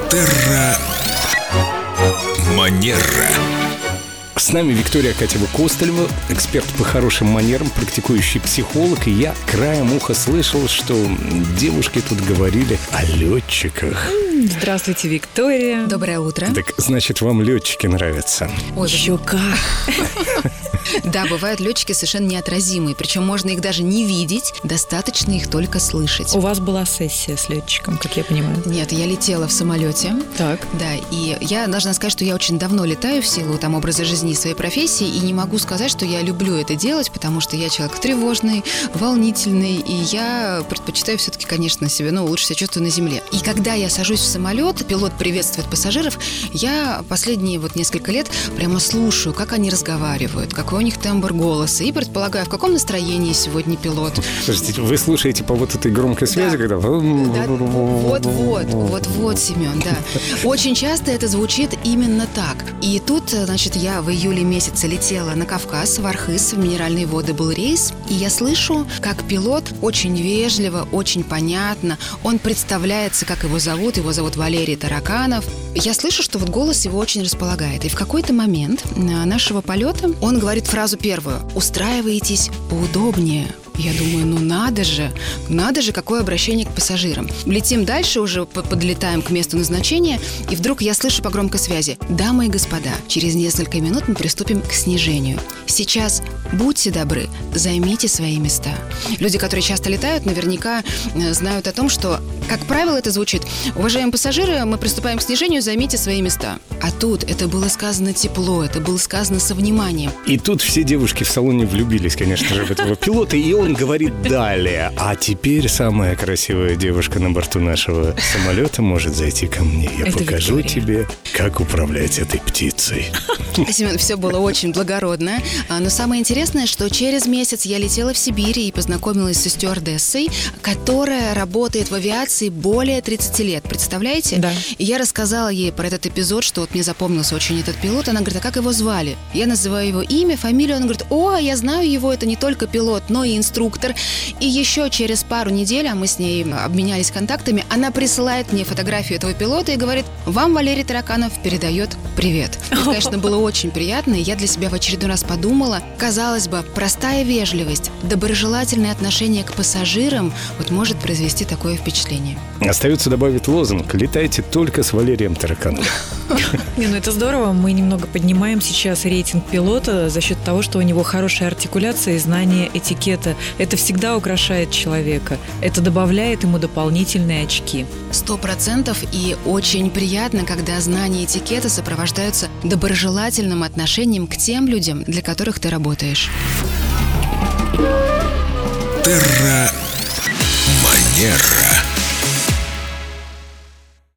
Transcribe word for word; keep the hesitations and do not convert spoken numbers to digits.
Терра Манера. С нами Виктория Катева-Костылева, эксперт по хорошим манерам, практикующий психолог. И я краем уха слышал, что девушки тут говорили о летчиках. Здравствуйте, Виктория. Доброе утро. Так, значит, вам летчики нравятся? Ой, Еще как. Да, бывают летчики совершенно неотразимые. Причем можно их даже не видеть, достаточно их только слышать. У вас была сессия с летчиком, как я понимаю. Нет, я летела в самолете. Так. Да, и я должна сказать, что я очень давно летаю в силу там образа жизни и своей профессии, и не могу сказать, что я люблю это делать, потому что я человек тревожный, волнительный, и я предпочитаю все-таки, конечно, себя, ну, лучше себя чувствую на земле. И когда я сажусь в самолет, пилот приветствует пассажиров, я последние вот несколько лет прямо слушаю, как они разговаривают, какой у них тембр голоса, и предполагаю, в каком настроении сегодня пилот. Подождите, вы слушаете по вот этой громкой связи, Да. когда... Да, вот-вот, вот-вот, Семен, да. Очень часто это звучит именно так. И тут, значит, я в июле месяце летела на Кавказ, в Архыз, в Минеральные воды был рейс, и я слышу, как пилот очень вежливо, очень понятно, он представляется, как его зовут, его зовут Валерий Тараканов. Я слышу, что вот голос его очень располагает. И в какой-то момент нашего полета он говорит фразу первую: «Устраивайтесь поудобнее». Я думаю, ну надо же, надо же, какое обращение к пассажирам. Летим дальше, уже подлетаем к месту назначения, и вдруг я слышу по громкой связи: «Дамы и господа, через несколько минут мы приступим к снижению. Сейчас, будьте добры, займите свои места». Люди, которые часто летают, наверняка знают о том, что, как правило, это звучит: «Уважаемые пассажиры, мы приступаем к снижению, займите свои места». А тут это было сказано тепло, это было сказано со вниманием. И тут все девушки в салоне влюбились, конечно же, в этого пилота, и он говорит далее: а теперь самая красивая девушка на борту нашего самолета может зайти ко мне. Я Это покажу Виктория. тебе, как управлять этой птицей. Семен, все было очень благородно. А, Но самое интересное, что через месяц я летела в Сибирь и познакомилась со стюардессой, которая работает в авиации более тридцати лет. Представляете? Да. И я рассказала ей про этот эпизод, что вот мне запомнился очень этот пилот. Она говорит: а как его звали? Я называю его имя, фамилию. Она говорит: о, я знаю его, это не только пилот, но и инструктор. И еще через пару недель, а мы с ней обменялись контактами, она присылает мне фотографию этого пилота и говорит: вам Валерий Тараканов передает привет. Это, конечно, было очень приятно, и я для себя в очередной раз подумала, казалось бы, простая вежливость, доброжелательное отношение к пассажирам вот может произвести такое впечатление. Остается добавить лозунг: летайте только с Валерием Таракановым. Не, ну это здорово. Мы немного поднимаем сейчас рейтинг пилота за счет того, что у него хорошая артикуляция и знание этикета. Это всегда украшает человека. Это добавляет ему дополнительные очки. Сто процентов, и очень приятно, когда знания этикета сопровождаются доброжелательным отношением к тем людям, для которых ты работаешь. Терра Манера.